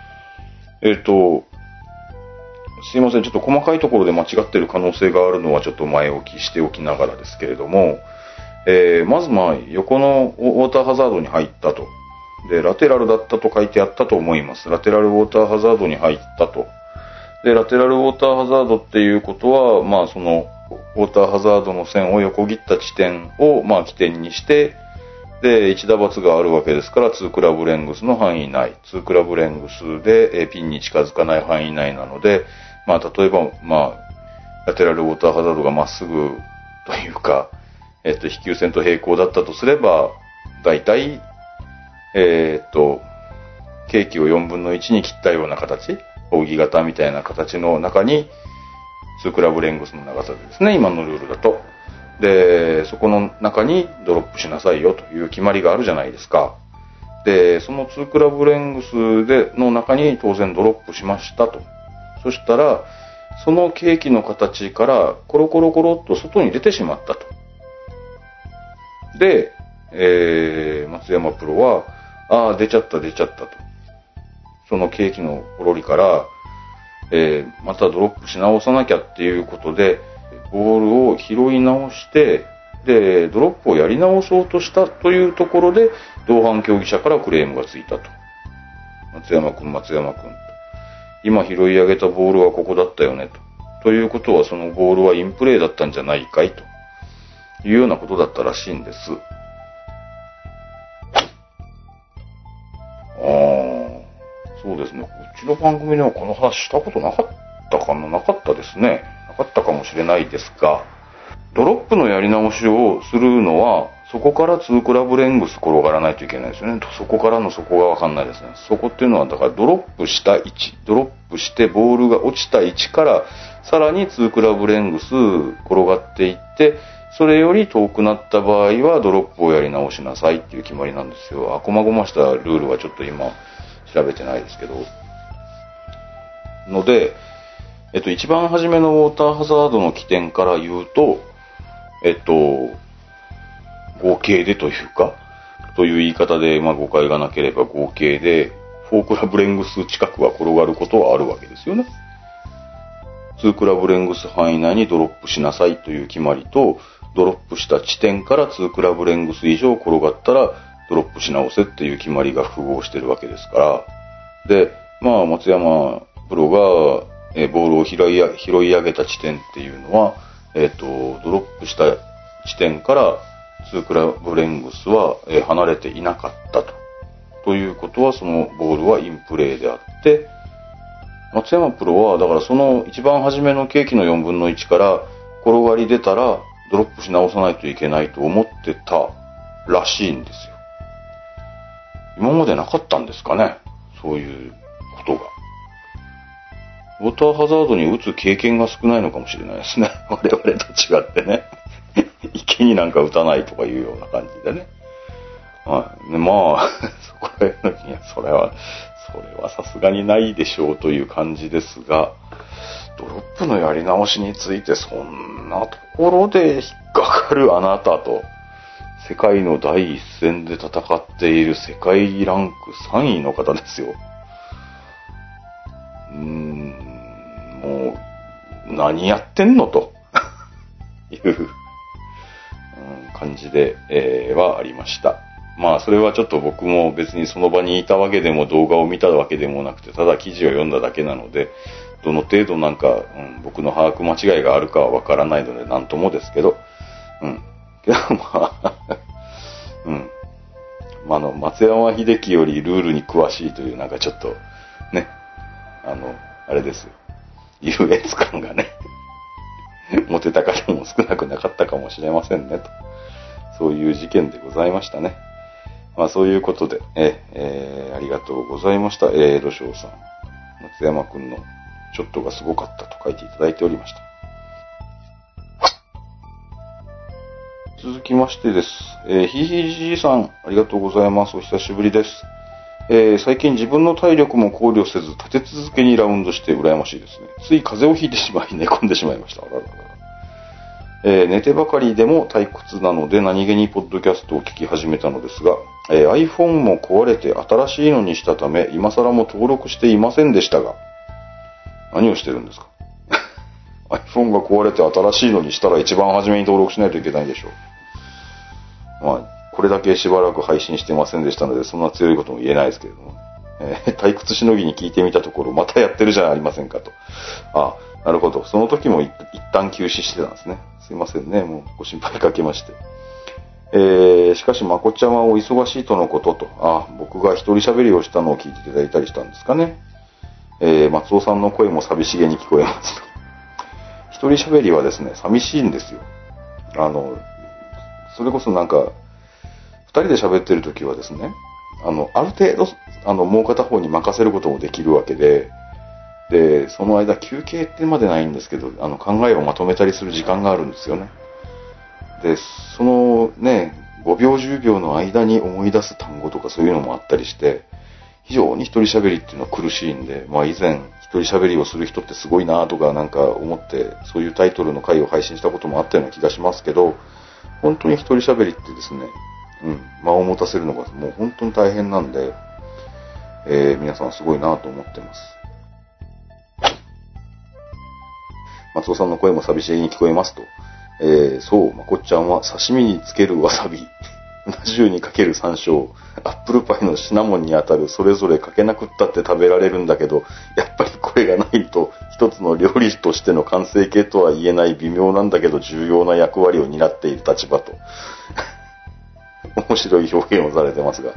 すいません、ちょっと細かいところで間違ってる可能性があるのはちょっと前置きしておきながらですけれども、まず横のウォーターハザードに入ったと。で、ラテラルだったと書いてあったと思います。ラテラルウォーターハザードに入ったと。で、ラテラルウォーターハザードっていうことは、その、ウォーターハザードの線を横切った地点を、起点にして、で、一打罰があるわけですから、2クラブレングスの範囲内。2クラブレングスで、ピンに近づかない範囲内なので、例えば、ラテラルウォーターハザードがまっすぐというか、飛球線と平行だったとすれば、だいたい、ケーキを4分の1に切ったような形、扇形みたいな形の中に、2クラブレングスの長さでですね、今のルールだと。で、そこの中にドロップしなさいよという決まりがあるじゃないですか。で、その2クラブレングスの中に当然ドロップしましたと。そしたら、そのケーキの形からコロコロコロっと外に出てしまったと。で、松山プロは、 出ちゃったと。そのケーキのポロリから、またドロップし直さなきゃっていうことで、ボールを拾い直して、で、ドロップをやり直そうとしたというところで、同伴競技者からクレームがついたと。松山くんと。今拾い上げたボールはここだったよねと。ということはそのボールはインプレーだったんじゃないかいというようなことだったらしいんです。そうですね。うちの番組ではこの話したことなかったですね。なかったかもしれないですが、ドロップのやり直しをするのは、そこから2クラブレングス転がらないといけないですよね。そこからの底がわかんないですね。そこっていうのは、だからドロップした位置、ドロップしてボールが落ちた位置から、さらに2クラブレングス転がっていって、それより遠くなった場合はドロップをやり直しなさいっていう決まりなんですよ。細々したルールはちょっと今調べてないですけど。ので、一番初めのウォーターハザードの起点から言うと、合計でというか、という言い方で、誤解がなければ合計で、4クラブレングス近くは転がることはあるわけですよね。2クラブレングス範囲内にドロップしなさいという決まりと、ドロップした地点から2クラブレングス以上転がったら、ドロップし直せっていう決まりが符合してるわけですから。で、松山プロが、ボールを拾い上げた地点っていうのは、ドロップした地点から2クラブレングスは、離れていなかったと。ということは、そのボールはインプレーであって、松山プロは、だからその一番初めのケーキの4分の1から転がり出たらドロップし直さないといけないと思ってたらしいんですよ。今までなかったんですかね、そういうことが。ウォーターハザードに打つ経験が少ないのかもしれないですね。我々と違ってね。池になんか打たないとかいうような感じでね。はい。でそこら辺のには、それはさすがにないでしょうという感じですが、ドロップのやり直しについてそんなところで引っかかるあなたと、世界の第一線で戦っている世界ランク3位の方ですよ。もう、何やってんのという感じで、はありました。それはちょっと僕も別にその場にいたわけでも動画を見たわけでもなくて、ただ記事を読んだだけなので、どの程度僕の把握間違いがあるかはわからないので何ともですけど、松山英樹よりルールに詳しいというちょっとね、あれですよ。優越感がね、持てた方も少なくなかったかもしれませんねと。そういう事件でございましたね。そういうことで、ありがとうございました。ロショウさん。松山くんのショットがすごかったと書いていただいておりました。続きましてです。ひひじいさん、ありがとうございます。お久しぶりです。最近自分の体力も考慮せず立て続けにラウンドして羨ましいですね。つい風邪をひいてしまい寝込んでしまいました。寝てばかりでも退屈なので何気にポッドキャストを聞き始めたのですが、iPhone も壊れて新しいのにしたため今更も登録していませんでしたが、何をしてるんですかiPhone が壊れて新しいのにしたら一番初めに登録しないといけないでしょう。これだけしばらく配信してませんでしたのでそんな強いことも言えないですけれども、退屈しのぎに聞いてみたところまたやってるじゃありませんかと。なるほど。その時も一旦休止してたんですね。すいませんね。もうご心配かけまして。しかし、まこちゃんはお忙しいとのことと。僕が一人喋りをしたのを聞いていただいたりしたんですかね。松尾さんの声も寂しげに聞こえますと。一人喋りはですね、寂しいんですよ。それこそ二人で喋ってる時はですね、ある程度、もう片方に任せることもできるわけで、その間休憩ってまでないんですけど、考えをまとめたりする時間があるんですよね。で、そのね、5秒10秒の間に思い出す単語とかそういうのもあったりして、非常に一人喋りっていうのは苦しいんで、以前一人喋りをする人ってすごいなとか思って、そういうタイトルの回を配信したこともあったような気がしますけど、本当に一人喋りってですね、 間を持たせるのがもう本当に大変なんで、皆さんすごいなと思ってます。松尾さんの声も寂しげに聞こえますと。そう、まこっちゃんは刺身につけるわさび、うな重にかける山椒、アップルパイのシナモンにあたるそれぞれかけなくったって食べられるんだけど、やっぱりこれがないと一つの料理としての完成形とは言えない微妙なんだけど重要な役割を担っている立場と。面白い表現をされてますが。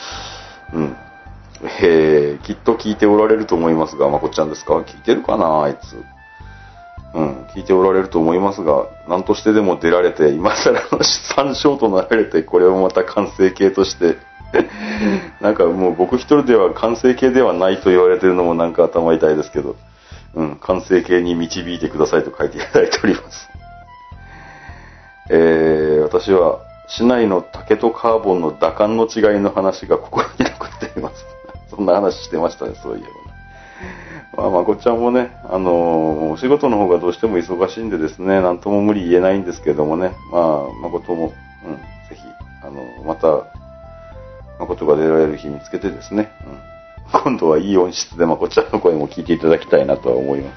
きっと聞いておられると思いますが、まこっちゃんですか？聞いてるかなあいつ。聞いておられると思いますが、何としてでも出られて、今更の参照となられて、これをまた完成形として、なんかもう僕一人では完成形ではないと言われてるのもなんか頭痛いですけど、完成形に導いてくださいと書いていただいております。私は、市内の竹とカーボンの打感の違いの話が心に残っています。そんな話してましたね、そういえばね。まこっちゃんもね、お仕事の方がどうしても忙しいんでですね、なんとも無理言えないんですけどもね、まことも、ぜひ、また、まことが出られる日見つけてですね、今度はいい音質でまこっちゃんの声も聞いていただきたいなとは思います。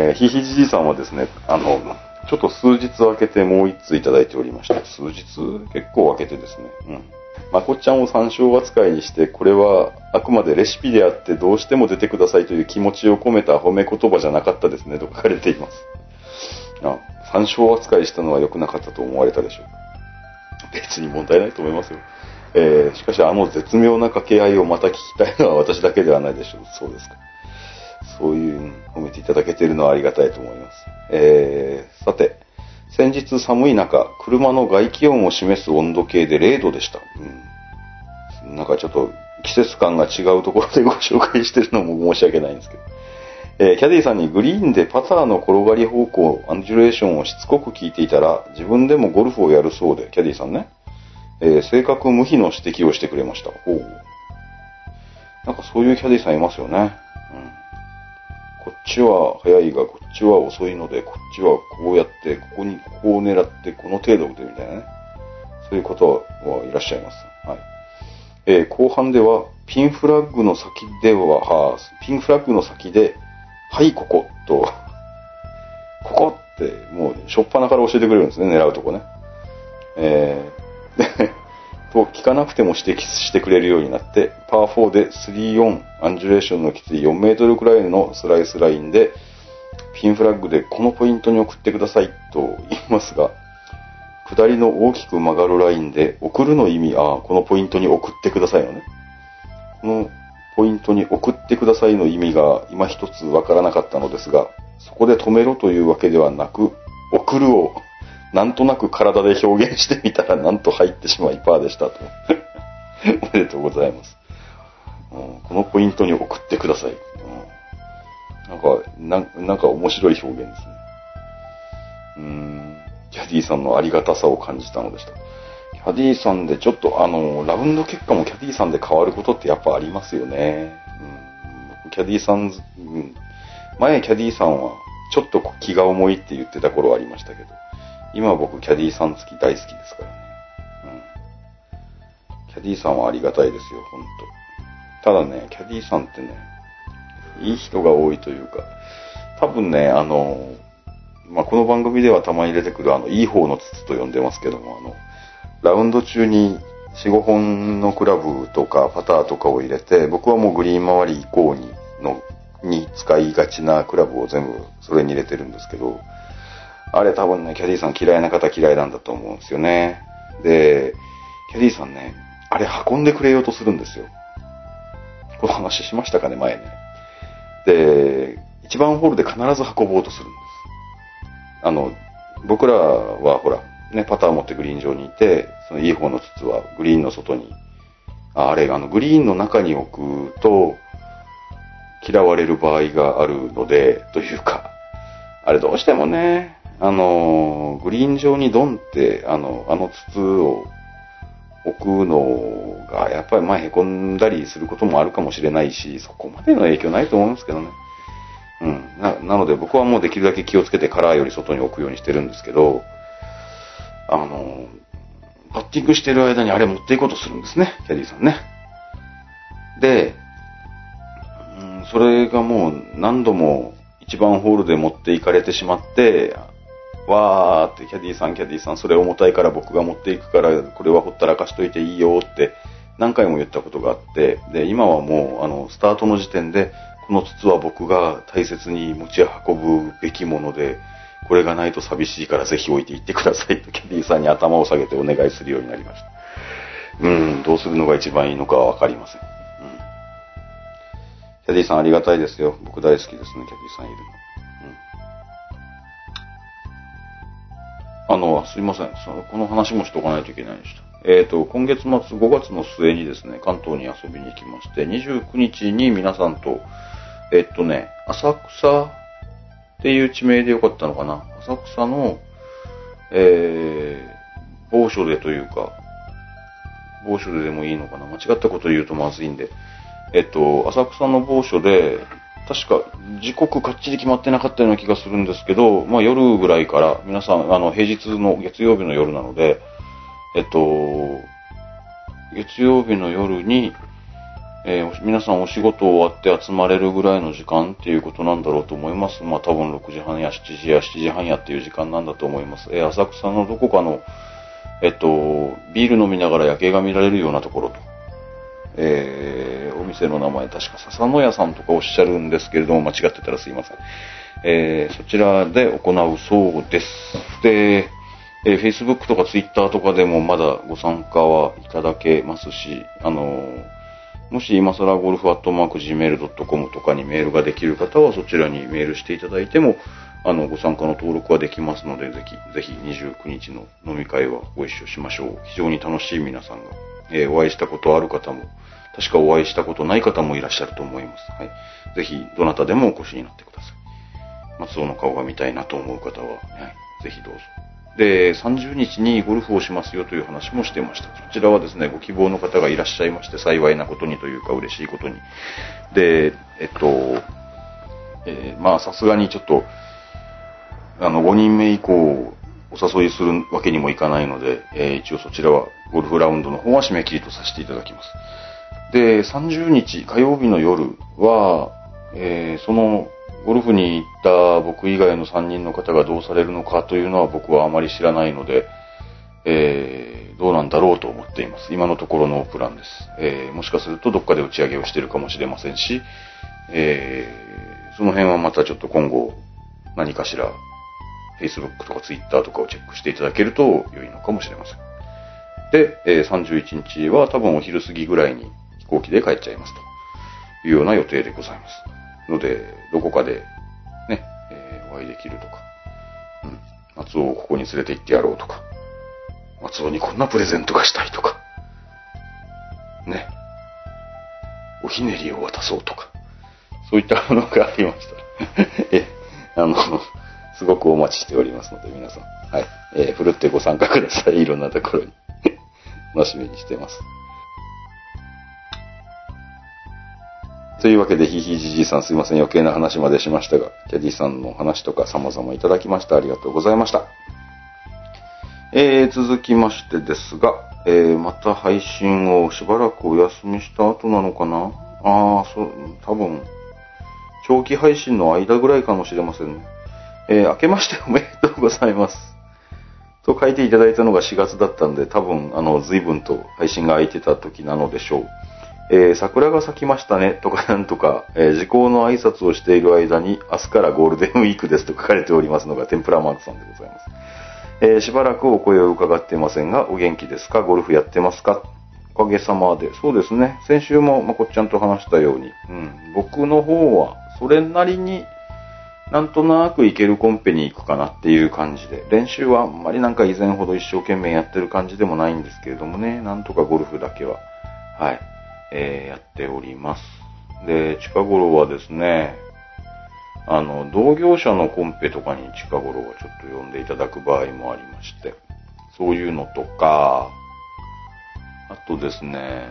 ひひじじさんはですね、ちょっと数日空けてもう一通いただいておりまして、数日結構空けてですね、まこっちゃんを参照扱いにして、これはあくまでレシピであってどうしても出てくださいという気持ちを込めた褒め言葉じゃなかったですねと書かれています。参照扱いしたのは良くなかったと思われたでしょうか。別に問題ないと思いますよ。しかし絶妙な掛け合いをまた聞きたいのは私だけではないでしょう。そうですか。そういう褒めていただけているのはありがたいと思います。さて、先日寒い中、車の外気温を示す温度計で0度でした。なんかちょっと季節感が違うところでご紹介してるのも申し訳ないんですけど。キャディさんにグリーンでパターの転がり方向、アンジュレーションをしつこく聞いていたら、自分でもゴルフをやるそうで、キャディさんね、正確無比の指摘をしてくれました。なんかそういうキャディさんいますよね。こっちは早いがこっちは遅いので、こっちはこうやってここを狙ってこの程度でみたいなね、そういう方はいらっしゃいます。はい。後半ではピンフラッグの先ではいこことここってもう初っ端から教えてくれるんですね、狙うとこね。と聞かなくても指摘してくれるようになって、パー4で3-4アンジュレーションのきつい4メートルくらいのスライスラインでピンフラッグでこのポイントに送ってくださいと言いますが、下りの大きく曲がるラインで送るの意味、このポイントに送ってくださいのね。このポイントに送ってくださいの意味が今一つわからなかったのですが、そこで止めろというわけではなく、送るをなんとなく体で表現してみたらなんと入ってしまいパーでしたと。おめでとうございます。このポイントに送ってください。なんか面白い表現ですね。キャディさんのありがたさを感じたのでした。キャディさんでちょっとラウンド結果もキャディさんで変わることってやっぱありますよね。キャディさん、前キャディさんはちょっと気が重いって言ってた頃ありましたけど、今は僕キャディさん付き大好きですからね。キャディさんはありがたいですよ、ほんと。ただね、キャディさんってね、いい人が多いというか、多分ね、この番組ではたまに出てくるいい方の筒と呼んでますけども、ラウンド中に4、5本のクラブとかパターとかを入れて、僕はもうグリーン周り以降に使いがちなクラブを全部それに入れてるんですけど、あれ多分ね、キャディさん嫌いな方嫌いなんだと思うんですよね。で、キャディさんね、あれ運んでくれようとするんですよ。この話しましたかね、前ね。で、1番ホールで必ず運ぼうとするんです。僕らはほら、ね、パター持ってグリーン上にいて、そのいい方の筒はグリーンの外に、グリーンの中に置くと嫌われる場合があるので、というか、あれどうしてもね、グリーン上にドンって、筒を置くのが、やっぱり凹んだりすることもあるかもしれないし、そこまでの影響ないと思うんですけどね。なので僕はもうできるだけ気をつけてカラーより外に置くようにしてるんですけど、 パッティングしてる間にあれ持っていこうとするんですね、キャディーさんね。で、それがもう何度も1番ホールで持っていかれてしまって、わーってキャディーさん、それ重たいから僕が持っていくから、これはほったらかしといていいよって何回も言ったことがあって、で、今はもう、スタートの時点で、この筒は僕が大切に持ち運ぶべきもので、これがないと寂しいからぜひ置いていってくださいとキャディーさんに頭を下げてお願いするようになりました。どうするのが一番いいのかはわかりません。キャディーさんありがたいですよ。僕大好きですね、キャディーさんいるの。すいません。この話もしとかないといけないでした。今月末5月の末にですね、関東に遊びに行きまして、29日に皆さんと、浅草っていう地名でよかったのかな。浅草の、某所でというか、某所ででもいいのかな。間違ったこと言うとまずいんで。浅草の某所で、確か時刻かっちり決まってなかったような気がするんですけど、夜ぐらいから、皆さん、平日の月曜日の夜なので、月曜日の夜に、皆さんお仕事終わって集まれるぐらいの時間っていうことなんだろうと思います。多分6時半や7時や7時半やっていう時間なんだと思います。浅草のどこかの、ビール飲みながら夜景が見られるようなところと。お店の名前確か笹野屋さんとかおっしゃるんですけれども、間違ってたらすいません。そちらで行うそうです。で、Facebook とか Twitter とかでもまだご参加はいただけますし、もし今更ゴルフ@gmail.com とかにメールができる方はそちらにメールしていただいても、ご参加の登録はできますので、ぜひ29日の飲み会はご一緒しましょう。非常に楽しい皆さんが、お会いしたことある方も、確かお会いしたことない方もいらっしゃると思います。はい。ぜひ、どなたでもお越しになってください。松尾の顔が見たいなと思う方は、ぜひどうぞ。で、30日にゴルフをしますよという話もしていました。そちらはですね、ご希望の方がいらっしゃいまして、幸いなことにというか嬉しいことに。で、さすがにちょっと、5人目以降お誘いするわけにもいかないので、一応そちらはゴルフラウンドの方は締め切りとさせていただきます。で、30日火曜日の夜は、そのゴルフに行った僕以外の3人の方がどうされるのかというのは僕はあまり知らないので、どうなんだろうと思っています。今のところのプランです。もしかするとどっかで打ち上げをしているかもしれませんし、その辺はまたちょっと今後何かしら Facebook とか Twitter とかをチェックしていただけると良いのかもしれません。で、31日は多分お昼過ぎぐらいに飛行機で帰っちゃいますというような予定でございます。ので、どこかでね、お会いできるとか、松尾をここに連れて行ってやろうとか、松尾にこんなプレゼントがしたいとか、ね、おひねりを渡そうとか、そういったものがありましたら、すごくお待ちしておりますので、皆さん、はい、ふるってご参加ください。いろんなところに楽しみにしてます。というわけで、ひひじじいさんすいません。余計な話までしましたが、キャディさんの話とか様々いただきました。ありがとうございました。続きましてですが、また配信をしばらくお休みした後なのかな？多分、長期配信の間ぐらいかもしれませんね。明けましておめでとうございます。と書いていただいたのが4月だったんで、多分、随分と配信が空いてた時なのでしょう。桜が咲きましたねとかなんとか、時効の挨拶をしている間に明日からゴールデンウィークですと書かれておりますのが天ぷらマークさんでございます。しばらくお声を伺っていませんが、お元気ですか？ゴルフやってますか？おかげさまで。そうですね。先週もまこっちゃんと話したように、僕の方はそれなりになんとなく行けるコンペに行くかなっていう感じで、練習はあんまりなんか以前ほど一生懸命やってる感じでもないんですけれどもね、なんとかゴルフだけは、はい。やっております。で、近頃はですね、同業者のコンペとかに近頃はちょっと呼んでいただく場合もありまして、そういうのとか、あとですね、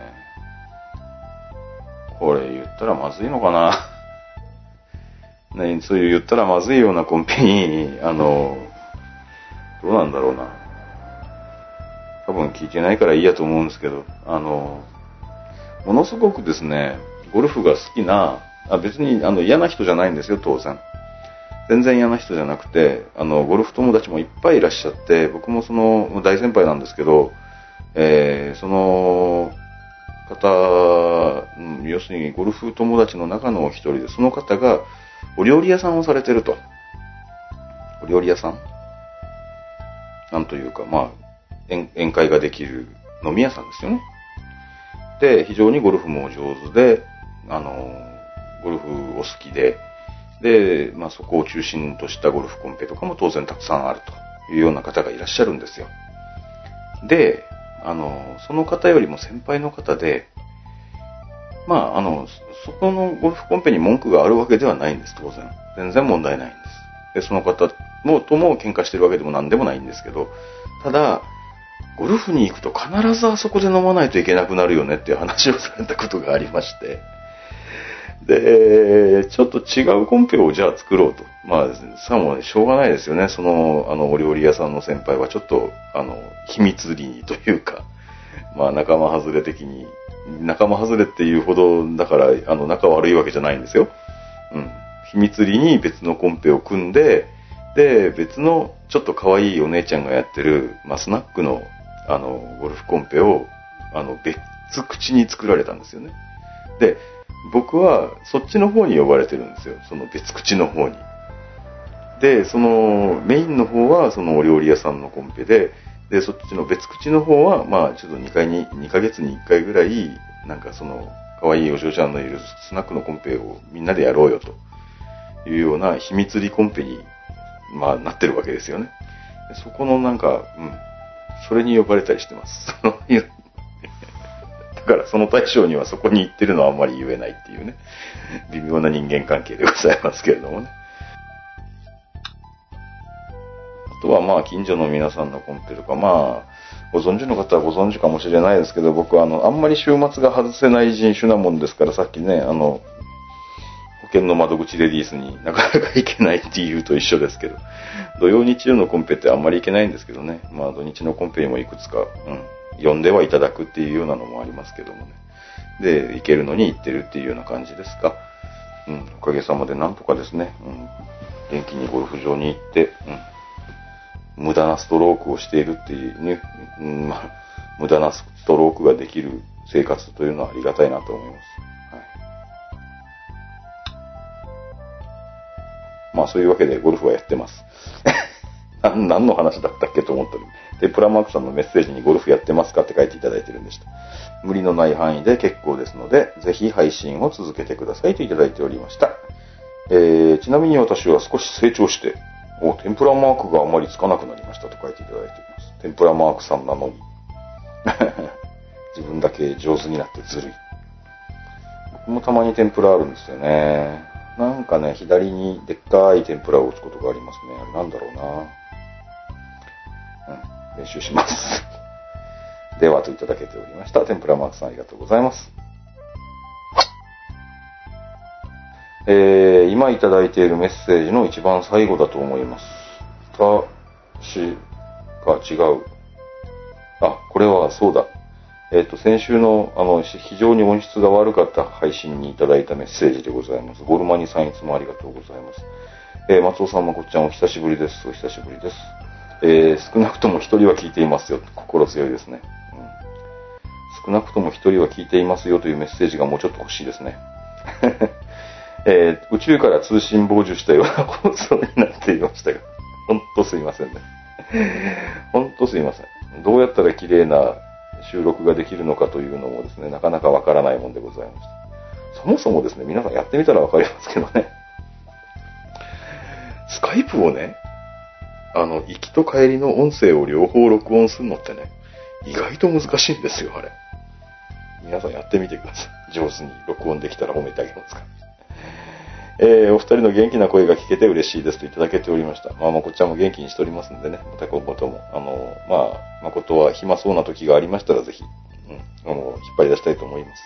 これ言ったらまずいのかなね、そういう言ったらまずいようなコンペに、どうなんだろうな。多分聞いてないからいいやと思うんですけど、ものすごくですね、ゴルフが好きな、別に嫌な人じゃないんですよ、当然。全然嫌な人じゃなくて、ゴルフ友達もいっぱいいらっしゃって、僕もその大先輩なんですけど、その方、要するにゴルフ友達の中のお一人で、その方がお料理屋さんをされてると。お料理屋さんなんというか、宴会ができる飲み屋さんですよね。で、非常にゴルフも上手で、ゴルフお好きで、そこを中心としたゴルフコンペとかも当然たくさんあるというような方がいらっしゃるんですよ。で、その方よりも先輩の方で、そこのゴルフコンペに文句があるわけではないんです、当然。全然問題ないんです。で、その方とも喧嘩してるわけでも何でもないんですけど、ただ、ゴルフに行くと必ずあそこで飲まないといけなくなるよねっていう話をされたことがありまして、で、ちょっと違うコンペをじゃあ作ろうと。さもしょうがないですよね。その、お料理屋さんの先輩はちょっと、秘密裏にというか、仲間外れ的に、仲間外れっていうほど、だから、仲悪いわけじゃないんですよ。秘密裏に別のコンペを組んで、で、別のちょっと可愛いお姉ちゃんがやってる、スナックの、ゴルフコンペを、別口に作られたんですよね。で、僕はそっちの方に呼ばれてるんですよ。その別口の方に。で、そのメインの方はそのお料理屋さんのコンペで、そっちの別口の方は、ちょっと2ヶ月に1回ぐらい、その可愛いお嬢ちゃんのいるスナックのコンペをみんなでやろうよというような秘密裏コンペに、なってるわけですよね。そこのそれに呼ばれたりしてます。だからその対象にはそこに行ってるのはあんまり言えないっていうね、微妙な人間関係でございますけれどもね。あとは近所の皆さんのコンペとか、ご存知の方はご存知かもしれないですけど、僕はあんまり週末が外せない人種なもんですから、さっきね、保険の窓口レディースになかなか行けないっていうと一緒ですけど、土曜日曜のコンペってあんまり行けないんですけどね、土日のコンペにもいくつか、呼んではいただくっていうようなのもありますけどもね。で、行けるのに行ってるっていうような感じですか。おかげさまでなんとかですね、元気にゴルフ場に行って、無駄なストロークをしているっていうね、無駄なストロークができる生活というのはありがたいなと思います。はい、そういうわけでゴルフはやってます。何の話だったっけと思ったら、で、プラマークさんのメッセージにゴルフやってますかって書いていただいてるんでした。無理のない範囲で結構ですので、ぜひ配信を続けてくださいといただいておりました。ちなみに私は少し成長して、天ぷらマークがあまりつかなくなりましたと書いていただいております。天ぷらマークさんなのに。自分だけ上手になってずるい。僕もたまに天ぷらあるんですよね。左にでっかい天ぷらを打つことがありますね。なんだろうな。練習します。ではといただけておりました。天ぷらマークさんありがとうございます。今いただいているメッセージの一番最後だと思います。私が違う。これはそうだ。先週の非常に音質が悪かった配信にいただいたメッセージでございます。ゴルマニさんいつもありがとうございます。松尾さん、まこっちゃんお久しぶりです。お久しぶりです。少なくとも一人は聞いていますよ。心強いですね。少なくとも一人は聞いていますよというメッセージがもうちょっと欲しいですね。宇宙から通信傍受したような放送になっていましたが、ほんとすいませんね。ほんとすいません。どうやったら綺麗な収録ができるのかというのもですね、なかなかわからないもんでございました。そもそもですね、皆さんやってみたらわかりますけどね。スカイプをね、行きと帰りの音声を両方録音するのってね、意外と難しいんですよ、あれ。皆さんやってみてください。上手に録音できたら褒めてあげますから。お二人の元気な声が聞けて嬉しいですといただけておりました。まこっちゃんも元気にしておりますんでね、また今後とも、まことは暇そうな時がありましたらぜひ、引っ張り出したいと思います。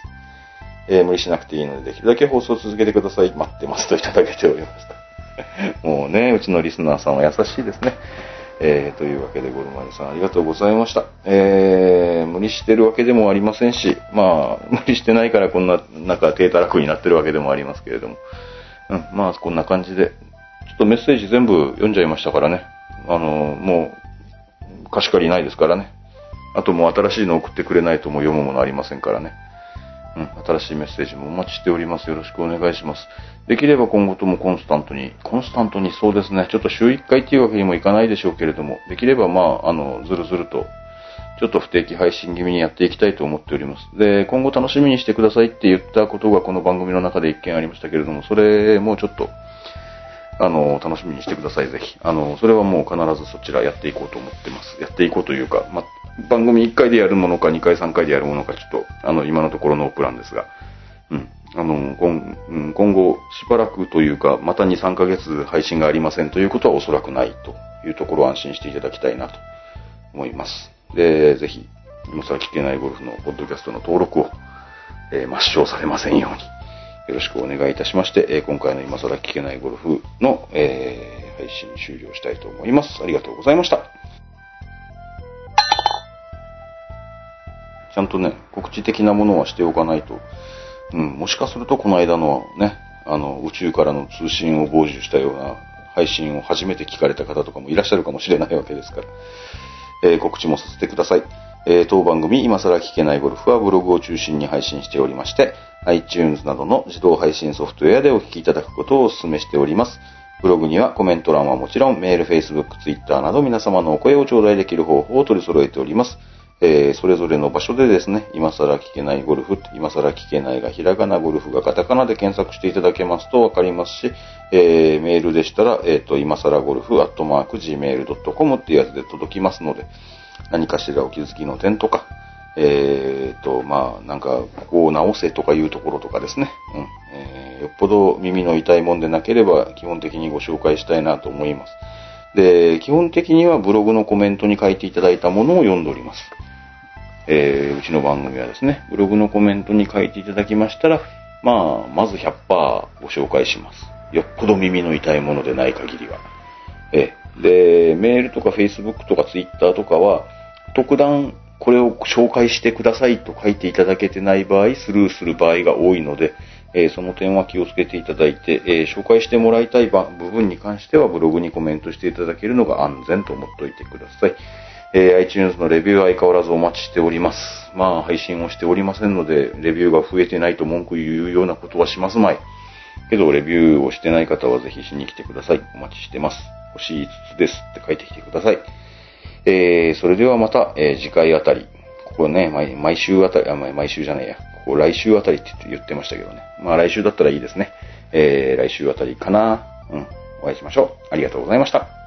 無理しなくていいので、できるだけ放送を続けてください。待ってますといただけておりました。もうね、うちのリスナーさんは優しいですね。 というわけで、ゴルマリさんありがとうございました。無理してるわけでもありませんし、まあ、無理してないからこんな、なんか低たらくになってるわけでもありますけれども。まあ、こんな感じで、ちょっとメッセージ全部読んじゃいましたからね。もう、貸し借りないですからね。あともう新しいの送ってくれないともう読むものありませんからね。新しいメッセージもお待ちしております。よろしくお願いします。できれば今後ともコンスタントにそうですね、ちょっと週1回っていうわけにもいかないでしょうけれども、できればずるずると、ちょっと不定期配信気味にやっていきたいと思っております。で、今後楽しみにしてくださいって言ったことがこの番組の中で一件ありましたけれども、それもちょっと、楽しみにしてください、ぜひ。それはもう必ずそちらやっていこうと思ってます。やっていこうというか、番組1回でやるものか2回3回でやるものかちょっと、今のところのプランですが、今後しばらくというか、また2、3ヶ月配信がありませんということはおそらくないというところを安心していただきたいなと思います。で、ぜひ、今更聞けないゴルフのポッドキャストの登録を、抹消されませんように。よろしくお願いいたしまして、今回の今更聞けないゴルフの、配信終了したいと思います。ありがとうございました。ちゃんとね、告知的なものはしておかないと、もしかするとこの間のね、宇宙からの通信を傍受したような配信を初めて聞かれた方とかもいらっしゃるかもしれないわけですから、告知もさせてください。当番組今更聞けないゴルフはブログを中心に配信しておりまして、iTunes などの自動配信ソフトウェアでお聞きいただくことをお勧めしております。ブログにはコメント欄はもちろんメール、Facebook、Twitter など皆様のお声を頂戴できる方法を取り揃えております。それぞれの場所でですね、今更聞けないゴルフ、今更聞けないがひらがな、ゴルフがカタカナで検索していただけますとわかりますし、メールでしたら、今更ゴルフ@gmail.com っていうやつで届きますので、何かしらお気づきの点とか、なんか、ここを直せとかいうところとかですね、よっぽど耳の痛いもんでなければ、基本的にご紹介したいなと思います。で、基本的にはブログのコメントに書いていただいたものを読んでおります。うちの番組はですね、ブログのコメントに書いていただきましたら、まず 100% ご紹介します。よっぽど耳の痛いものでない限りは。で、メールとか Facebook とか Twitter とかは、特段これを紹介してくださいと書いていただけてない場合、スルーする場合が多いので、その点は気をつけていただいて、紹介してもらいたい部分に関してはブログにコメントしていただけるのが安全と思っておいてください。iTunes のレビューは相変わらずお待ちしております。配信をしておりませんので、レビューが増えてないと文句言うようなことはしますまい。けど、レビューをしてない方はぜひしに来てください。お待ちしてます。星5つですって書いてきてください。それではまた、次回あたり、ここね、毎週あたり、毎週じゃないや、ここ来週あたりって言ってましたけどね。来週だったらいいですね。来週あたりかな。お会いしましょう。ありがとうございました。